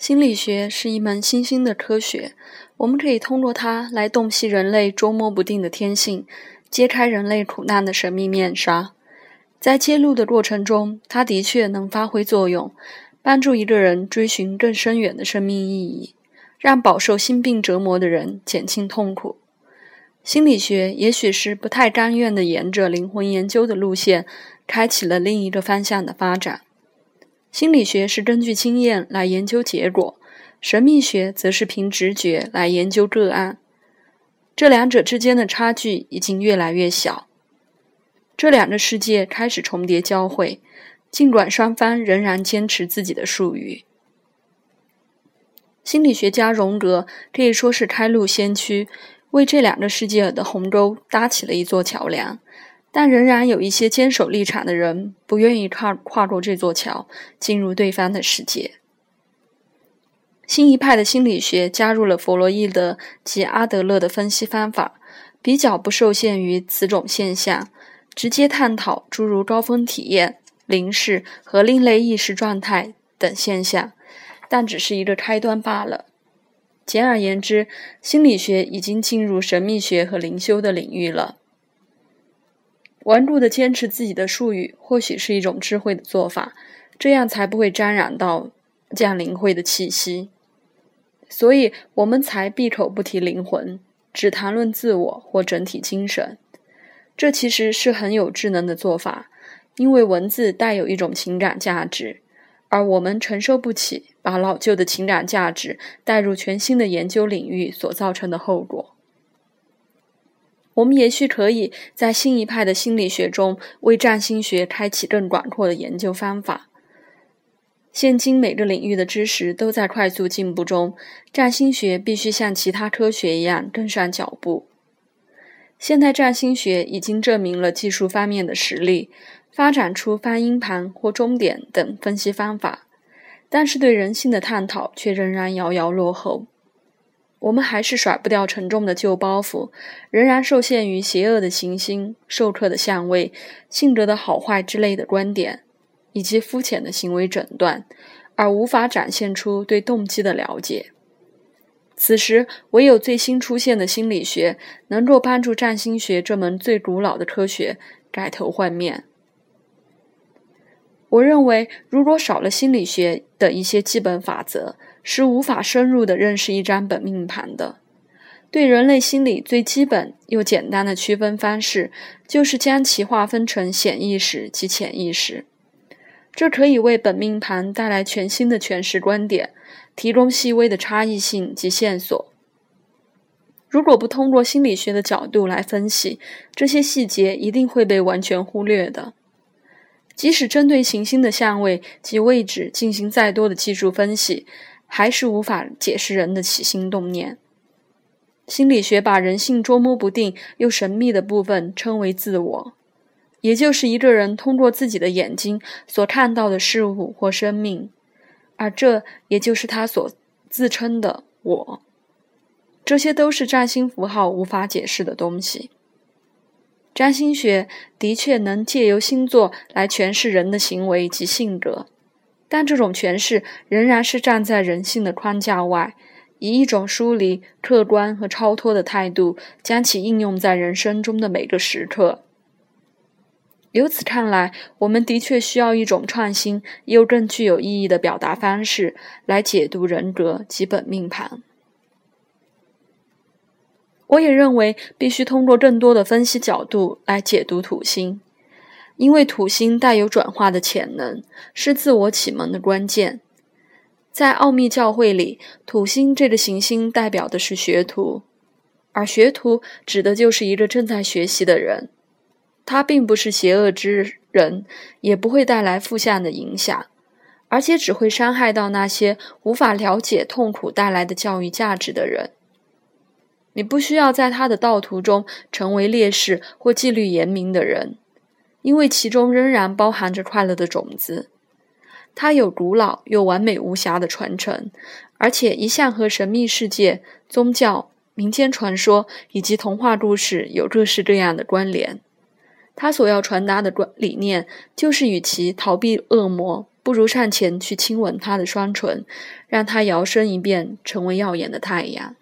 心理学是一门新兴的科学，我们可以通过它来洞悉人类捉摸不定的天性，揭开人类苦难的神秘面纱。在揭露的过程中，它的确能发挥作用，帮助一个人追寻更深远的生命意义，让饱受心病折磨的人减轻痛苦。心理学也许是不太甘愿地沿着灵魂研究的路线，开启了另一个方向的发展。心理学是根据经验来研究结果，神秘学则是凭直觉来研究个案。这两者之间的差距已经越来越小，这两个世界开始重叠交汇，尽管双方仍然坚持自己的术语。心理学家荣格可以说是开路先驱，为这两个世界的鸿沟搭起了一座桥梁，但仍然有一些坚守立场的人不愿意跨过这座桥，进入对方的世界。新一派的心理学加入了弗洛伊德及阿德勒的分析方法，比较不受限于此种现象，直接探讨诸如高峰体验、灵视和另类意识状态等现象，但只是一个开端罢了。简而言之，心理学已经进入神秘学和灵修的领域了。顽固地坚持自己的术语或许是一种智慧的做法，这样才不会沾染到降灵慧的气息。所以我们才闭口不提灵魂，只谈论自我或整体精神。这其实是很有智能的做法，因为文字带有一种情感价值，而我们承受不起把老旧的情感价值带入全新的研究领域所造成的后果。我们也许可以在新一派的心理学中为占星学开启更广阔的研究方法。现今每个领域的知识都在快速进步中，占星学必须像其他科学一样跟上脚步。现代占星学已经证明了技术方面的实力，发展出翻音盘或钟点等分析方法，但是对人性的探讨却仍然遥遥落后。我们还是甩不掉沉重的旧包袱，仍然受限于邪恶的行星、授课的相位、性格的好坏之类的观点，以及肤浅的行为诊断，而无法展现出对动机的了解。此时，唯有最新出现的心理学能够帮助占星学这门最古老的科学改头换面。我认为，如果少了心理学的一些基本法则，是无法深入地认识一张本命盘的。对人类心理最基本又简单的区分方式，就是将其划分成显意识及潜意识。这可以为本命盘带来全新的诠释观点，提供细微的差异性及线索。如果不通过心理学的角度来分析，这些细节一定会被完全忽略的。即使针对行星的相位及位置进行再多的技术分析，还是无法解释人的起心动念。心理学把人性捉摸不定又神秘的部分称为自我，也就是一个人通过自己的眼睛所看到的事物或生命，而这也就是他所自称的我。这些都是占星符号无法解释的东西。占星学的确能借由星座来诠释人的行为及性格，但这种诠释仍然是站在人性的框架外，以一种疏离、客观和超脱的态度，将其应用在人生中的每个时刻。由此看来，我们的确需要一种创新又更具有意义的表达方式来解读人格及本命盘。我也认为必须通过更多的分析角度来解读土星，因为土星带有转化的潜能，是自我启蒙的关键。在奥秘教会里，土星这个行星代表的是学徒，而学徒指的就是一个正在学习的人。他并不是邪恶之人，也不会带来负向的影响，而且只会伤害到那些无法了解痛苦带来的教育价值的人。你不需要在他的道途中成为烈士或纪律严明的人，因为其中仍然包含着快乐的种子。它有古老又完美无瑕的传承，而且一向和神秘世界、宗教、民间传说以及童话故事有各式各样的关联。他所要传达的理念就是与其逃避恶魔， 不如上前去亲吻他的双唇，让他摇身一变成为耀眼的太阳。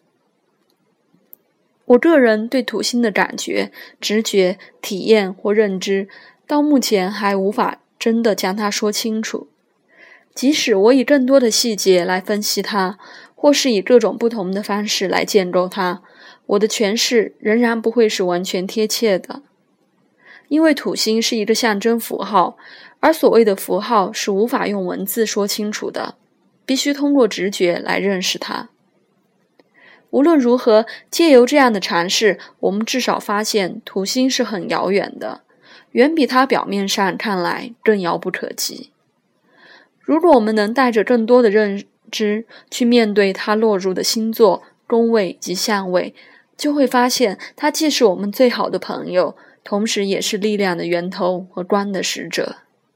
我个人对土星的感觉、直觉、体验或认知，到目前还无法真的将它说清楚。即使我以更多的细节来分析它，或是以各种不同的方式来建构它，我的诠释仍然不会是完全贴切的。因为土星是一个象征符号，而所谓的符号是无法用文字说清楚的，必须通过直觉来认识它。无论如何，借由这样的尝试，我们至少发现土星是很遥远的，远比它表面上看来更遥不可及。如果我们能带着更多的认知去面对它落入的星座、宫位及相位，就会发现它既是我们最好的朋友，同时也是力量的源头和光的使者。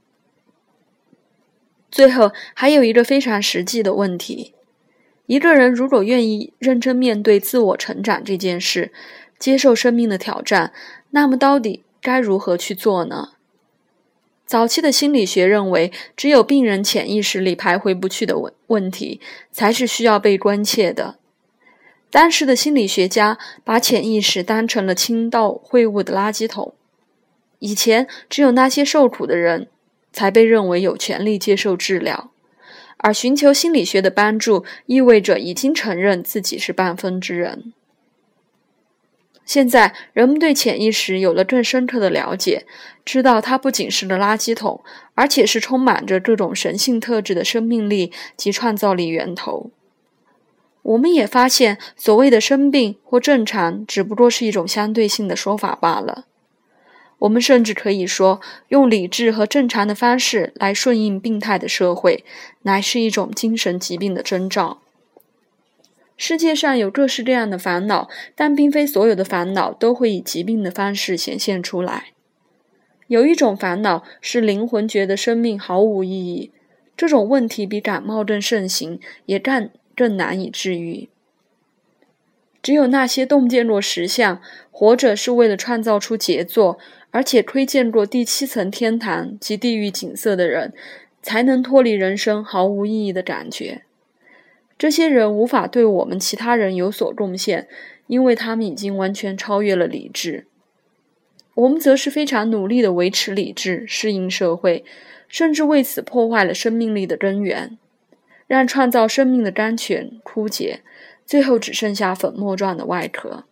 最后，还有一个非常实际的问题。一个人如果愿意认真面对自我成长这件事，接受生命的挑战，那么到底该如何去做呢？早期的心理学认为，只有病人潜意识里排回不去的问题，才是需要被关切的。当时的心理学家把潜意识当成了倾倒秽物的垃圾桶。以前，只有那些受苦的人才被认为有权利接受治疗。而寻求心理学的帮助，意味着已经承认自己是半分之人。现在，人们对潜意识有了更深刻的了解，知道它不仅是个垃圾桶，而且是充满着各种神性特质的生命力及创造力源头。我们也发现，所谓的生病或正常，只不过是一种相对性的说法罢了。我们甚至可以说，用理智和正常的方式来顺应病态的社会，乃是一种精神疾病的征兆。世界上有各式各样的烦恼，但并非所有的烦恼都会以疾病的方式显现出来。有一种烦恼是灵魂觉得生命毫无意义，这种问题比感冒更盛行，也更难以治愈。只有那些洞见过实相，活着是为了创造出杰作，而且窥见过第7层天堂及地狱景色的人，才能脱离人生毫无意义的感觉。这些人无法对我们其他人有所贡献，因为他们已经完全超越了理智。我们则是非常努力地维持理智，适应社会，甚至为此破坏了生命力的根源，让创造生命的甘泉枯竭，最后只剩下粉末状的外壳。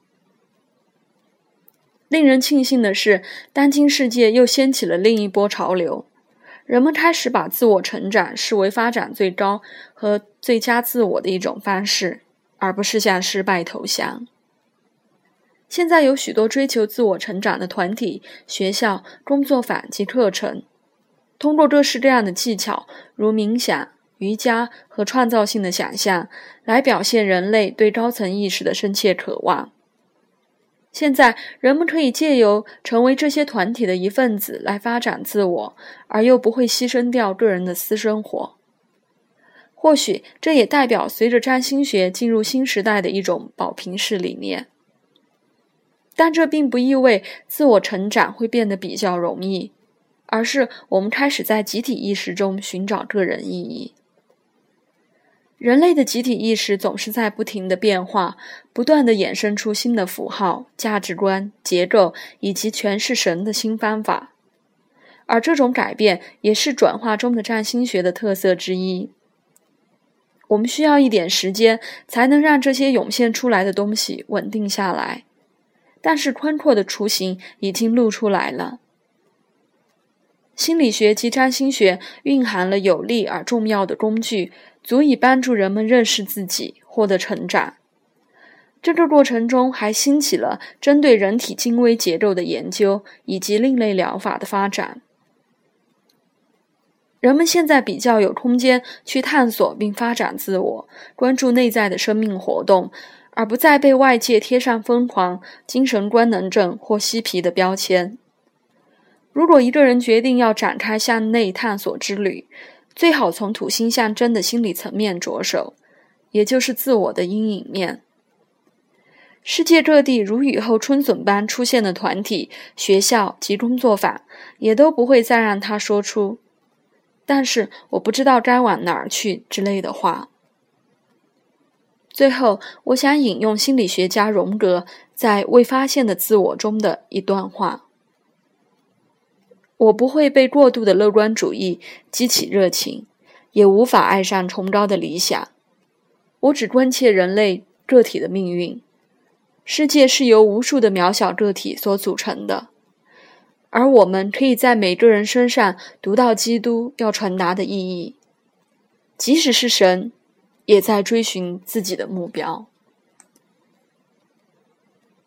令人庆幸的是，当今世界又掀起了另一波潮流，人们开始把自我成长视为发展最高和最佳自我的一种方式，而不是向失败投降。现在有许多追求自我成长的团体、学校、工作坊及课程，通过各式各样的技巧，如冥想、瑜伽和创造性的想象，来表现人类对高层意识的深切渴望。现在，人们可以借由成为这些团体的一份子来发展自我，而又不会牺牲掉个人的私生活。或许这也代表随着占星学进入新时代的一种保平式理念。但这并不意味自我成长会变得比较容易，而是我们开始在集体意识中寻找个人意义。人类的集体意识总是在不停的变化，不断地衍生出新的符号、价值观、结构以及诠释神的新方法。而这种改变也是转化中的占星学的特色之一。我们需要一点时间才能让这些涌现出来的东西稳定下来，但是宽阔的雏形已经露出来了。心理学及占星学蕴含了有力而重要的工具，足以帮助人们认识自己，获得成长。这个过程中还兴起了针对人体精微结构的研究，以及另类疗法的发展。人们现在比较有空间去探索并发展自我，关注内在的生命活动，而不再被外界贴上疯狂、精神官能症或嬉皮的标签。如果一个人决定要展开向内探索之旅，最好从土星象征的心理层面着手，也就是自我的阴影面。世界各地如雨后春笋般出现的团体、学校及工作坊，也都不会再让他说出但是我不知道该往哪儿去之类的话。最后，我想引用心理学家荣格在《未发现的自我》中的一段话：我不会被过度的乐观主义激起热情，也无法爱上崇高的理想。我只关切人类个体的命运。世界是由无数的渺小个体所组成的，而我们可以在每个人身上读到基督要传达的意义。即使是神，也在追寻自己的目标。